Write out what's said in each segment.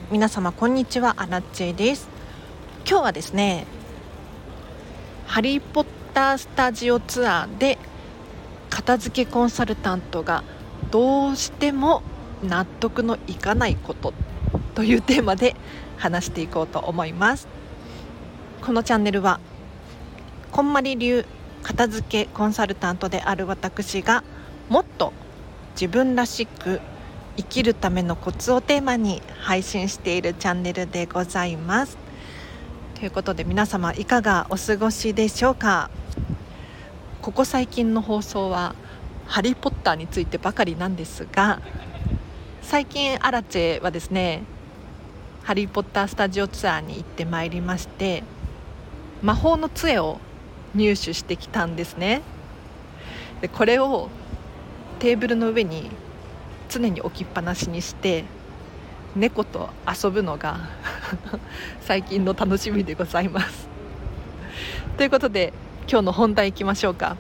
皆様こんにちは、アラチェです。今日はですね、ハリーポッタースタジオツアーで片付けコンサルタントがどうしても納得のいかないことというテーマで話していこうと思います。このチャンネルはこんまり流片付けコンサルタントである私がもっと自分らしく生きるためのコツをテーマに配信しているチャンネルでございます。ということで皆様いかがお過ごしでしょうか。ここ最近の放送はハリーポッターについてばかりなんですが、最近アラチェはですね、ハリーポッタースタジオツアーに行ってまいりまして、魔法の杖を入手してきたんですね。でこれをテーブルの上に常に置きっぱなしにして猫と遊ぶのが最近の楽しみでございます。ということで今日の本題いきましょうか。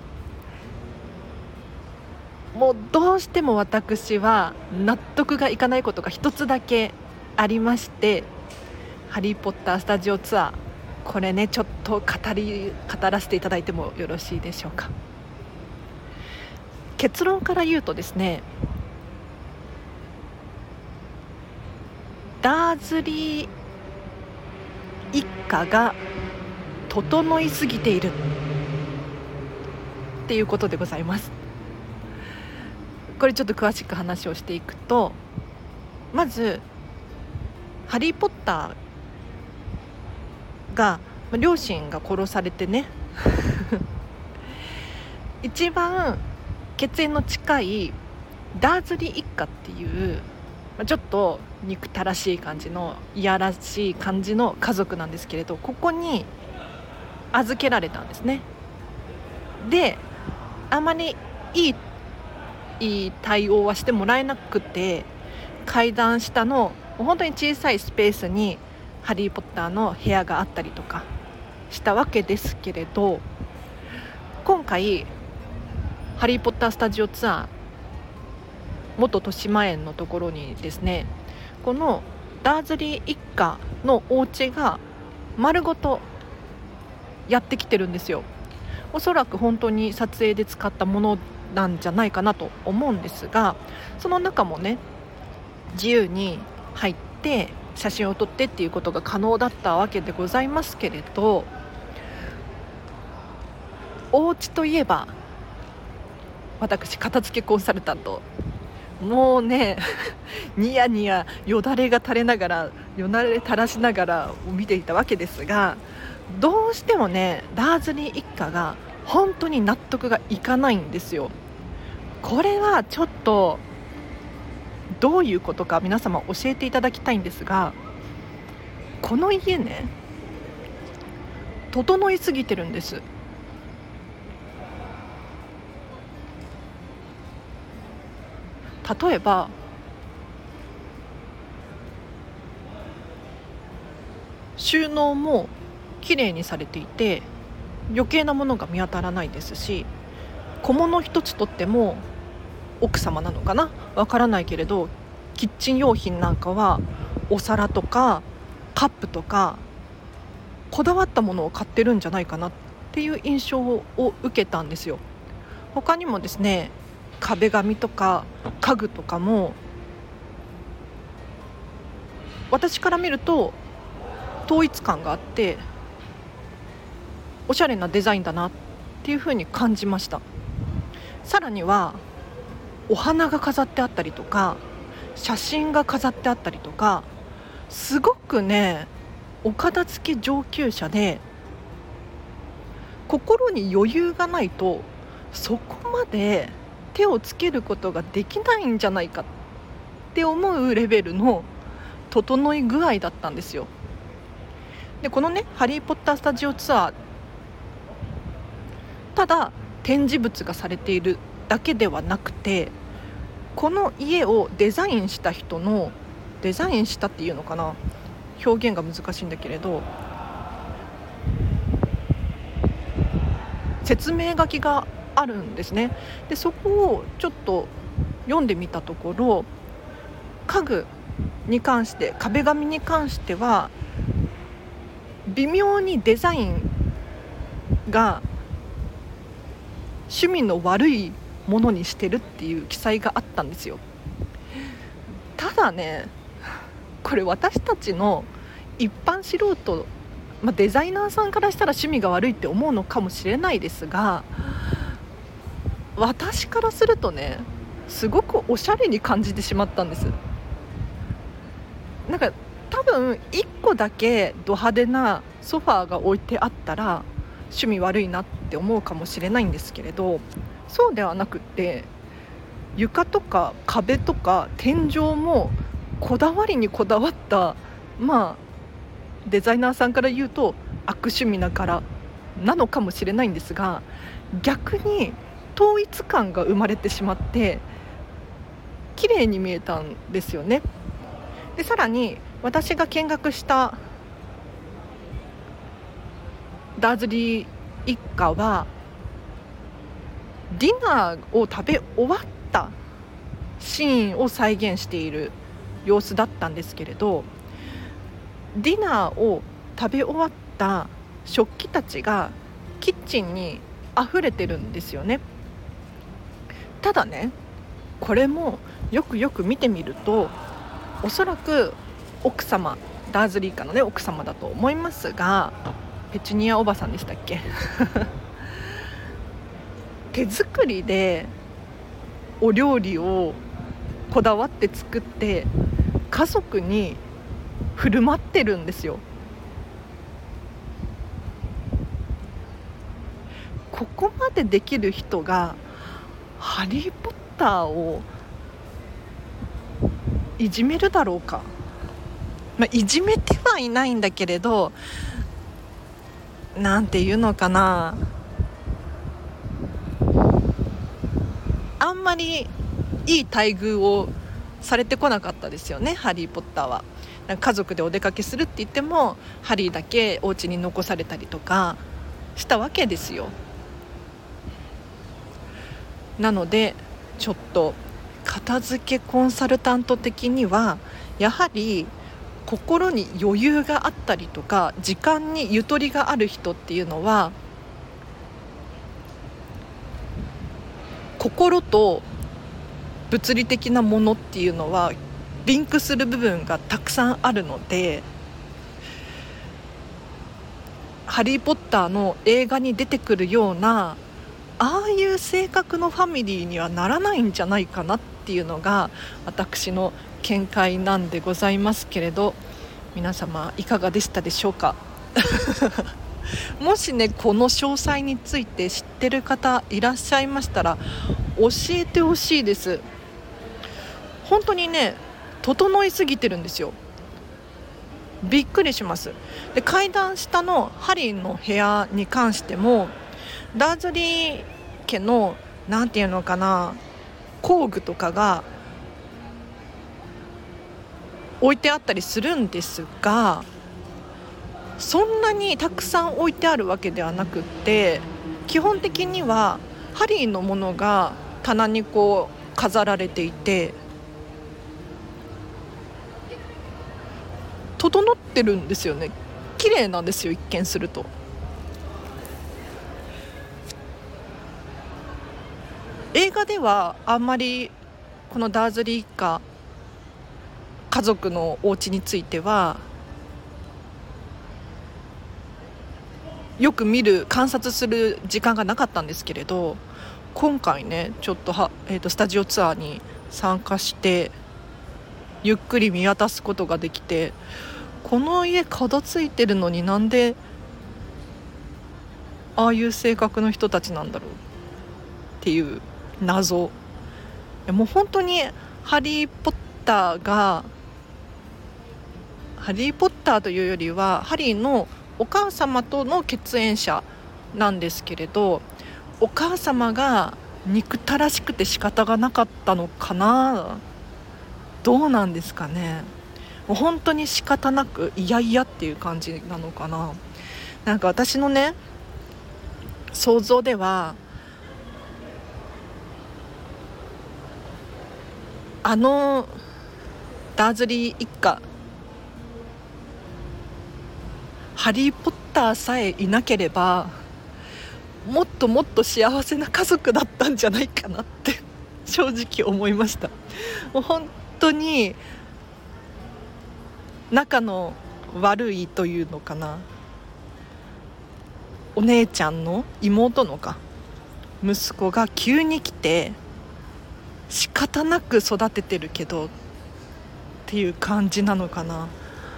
もうどうしても私は納得がいかないことが一つだけありまして、ハリーポッタースタジオツアー、これねちょっと語らせていただいてもよろしいでしょうか。結論から言うとですね、ダーズリー一家が整いすぎているっていうことでございます。これちょっと詳しく話をしていくと、まずハリーポッターが両親が殺されてね一番血縁の近いダーズリー一家っていうちょっと憎たらしい感じのいやらしい感じの家族なんですけれど、ここに預けられたんですね。であまりいい対応はしてもらえなくて、階段下の本当に小さいスペースにハリーポッターの部屋があったりとかしたわけですけれど、今回ハリーポッタースタジオツアー元豊島園のところにですね、このダーズリー一家のお家が丸ごとやってきてるんですよ。おそらく本当に撮影で使ったものなんじゃないかなと思うんですが、その中もね自由に入って写真を撮ってっていうことが可能だったわけでございますけれど、お家といえば私片付けコンサルタント、もうねニヤニヤよだれ垂らしながら見ていたわけですが、どうしてもねダーズリー一家が本当に納得がいかないんですよ。これはちょっとどういうことか皆様教えていただきたいんですが、この家ね整いすぎてるんです。例えば収納もきれいにされていて余計なものが見当たらないですし、小物一つとっても奥様なのかなわからないけれど、キッチン用品なんかはお皿とかカップとかこだわったものを買ってるんじゃないかなっていう印象を受けたんですよ。他にもですね、壁紙とか家具とかも私から見ると統一感があっておしゃれなデザインだなっていう風に感じました。さらにはお花が飾ってあったりとか写真が飾ってあったりとか、すごくねお片付け上級者で、心に余裕がないとそこまで手をつけることができないんじゃないかって思うレベルの整い具合だったんですよ。でこのねハリーポッタースタジオツアー、ただ展示物がされているだけではなくて、この家をデザインした人のデザインしたっていうのかな、表現が難しいんだけれど説明書きがあるんですね。でそこをちょっと読んでみたところ、家具に関して、壁紙に関しては微妙にデザインが趣味の悪いものにしてるっていう記載があったんですよ。ただね、これ私たちの一般素人、デザイナーさんからしたら趣味が悪いって思うのかもしれないですが、私からするとね、すごくおしゃれに感じてしまったんです。なんか多分1個だけド派手なソファーが置いてあったら趣味悪いなって思うかもしれないんですけれど、そうではなくって、床とか壁とか天井もこだわりにこだわった、デザイナーさんから言うと悪趣味な柄なのかもしれないんですが、逆に統一感が生まれてしまって綺麗に見えたんですよね。でさらに私が見学したダーズリー一家はディナーを食べ終わったシーンを再現している様子だったんですけれど、ディナーを食べ終わった食器たちがキッチンに溢れてるんですよね。ただね、これもよくよく見てみると、おそらく奥様、ダーズリー家のね奥様だと思いますが、ペチュニアおばさんでしたっけ手作りでお料理をこだわって作って家族に振る舞ってるんですよ。ここまでできる人がハリー・ポッターをいじめるだろうか。いじめてはいないんだけれど、なんていうのかな、あんまりいい待遇をされてこなかったですよね、ハリー・ポッターは。家族でお出かけするって言ってもハリーだけお家に残されたりとかしたわけですよ。なのでちょっと片付けコンサルタント的にはやはり心に余裕があったりとか時間にゆとりがある人っていうのは心と物理的なものっていうのはリンクする部分がたくさんあるので、ハリー・ポッターの映画に出てくるようなああいう性格のファミリーにはならないんじゃないかなっていうのが私の見解なんでございますけれど、皆様いかがでしたでしょうかもしねこの詳細について知ってる方いらっしゃいましたら教えてほしいです。本当にね整いすぎてるんですよ。びっくりします。で階段下のハリーの部屋に関してもダーズリー家のなんていうのかな、工具とかが置いてあったりするんですが、そんなにたくさん置いてあるわけではなくって、基本的にはハリーのものが棚にこう飾られていて整ってるんですよね。綺麗なんですよ、一見すると。映画ではあんまりこのダーズリー一家家族のお家についてはよく観察する時間がなかったんですけれど、今回ねちょっとスタジオツアーに参加してゆっくり見渡すことができて、この家片付いてるのになんでああいう性格の人たちなんだろうっていう謎。もう本当にハリー・ポッターというよりはハリーのお母様との血縁者なんですけれど、お母様が憎たらしくて仕方がなかったのかな、どうなんですかね。もう本当に仕方なくいやいやっていう感じなのかな。なんか私のね想像ではダーズリー一家、ハリー・ポッターさえいなければもっともっと幸せな家族だったんじゃないかなって正直思いました。もう本当に仲の悪いというのかな、お姉ちゃんの妹の息子が急に来て仕方なく育ててるけどっていう感じなのかな。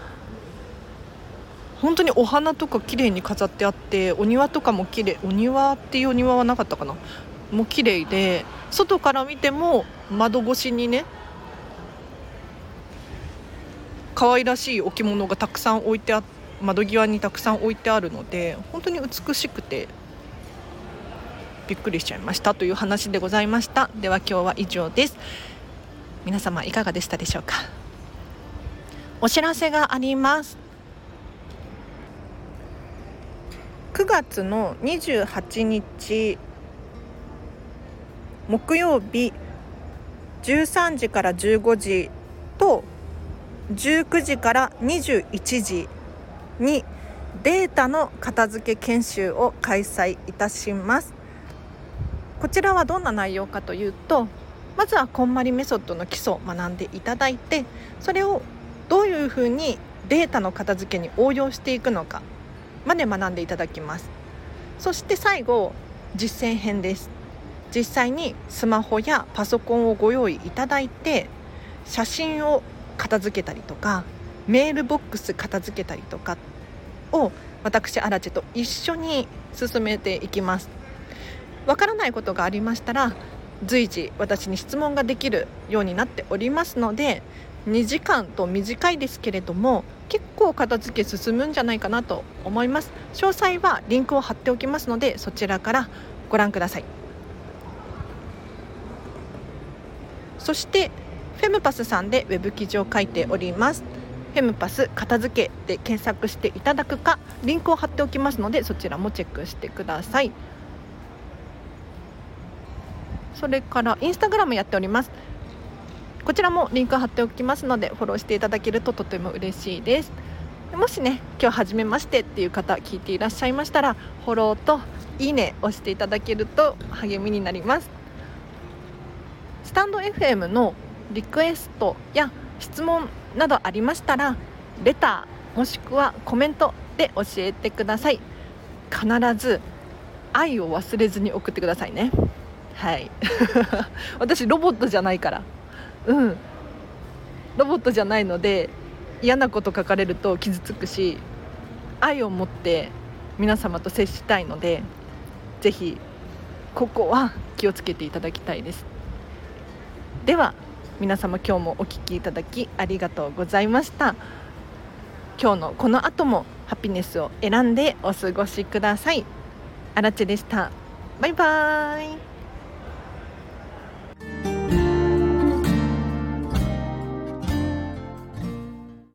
本当にお花とか綺麗に飾ってあって、お庭とかも綺麗、お庭っていうお庭はなかったかな、もう綺麗で、外から見ても窓越しにね可愛らしい置物がたくさん置いて窓際にたくさん置いてあるので、本当に美しくてびっくりしちゃいましたという話でございました。では今日は以上です。皆様いかがでしたでしょうか。お知らせがあります。9月の28日木曜日13時から15時と19時から21時にデータの片付け研修を開催いたします。こちらはどんな内容かというと、まずはこんまりメソッドの基礎を学んでいただいて、それをどういうふうにデータの片付けに応用していくのかまで学んでいただきます。そして最後、実践編です。実際にスマホやパソコンをご用意いただいて、写真を片付けたりとかメールボックス片付けたりとかを私アラチェと一緒に進めていきます。わからないことがありましたら随時私に質問ができるようになっておりますので、2時間と短いですけれども結構片付け進むんじゃないかなと思います。詳細はリンクを貼っておきますので、そちらからご覧ください。そしてフェムパスさんでウェブ記事を書いております。フェムパス片付けで検索していただくか、リンクを貼っておきますのでそちらもチェックしてください。それからインスタグラムやっております。こちらもリンク貼っておきますのでフォローしていただけるととても嬉しいです。もしね今日初めましてっていう方聞いていらっしゃいましたら、フォローといいね押していただけると励みになります。スタンド FM のリクエストや質問などありましたら、レターもしくはコメントで教えてください。必ず愛を忘れずに送ってくださいね。はい私ロボットじゃないから、ロボットじゃないので嫌なこと書かれると傷つくし、愛を持って皆様と接したいので、ぜひここは気をつけていただきたいです。では皆様今日もお聞きいただきありがとうございました。今日のこの後もハピネスを選んでお過ごしください。アラチェでした。バイバーイ。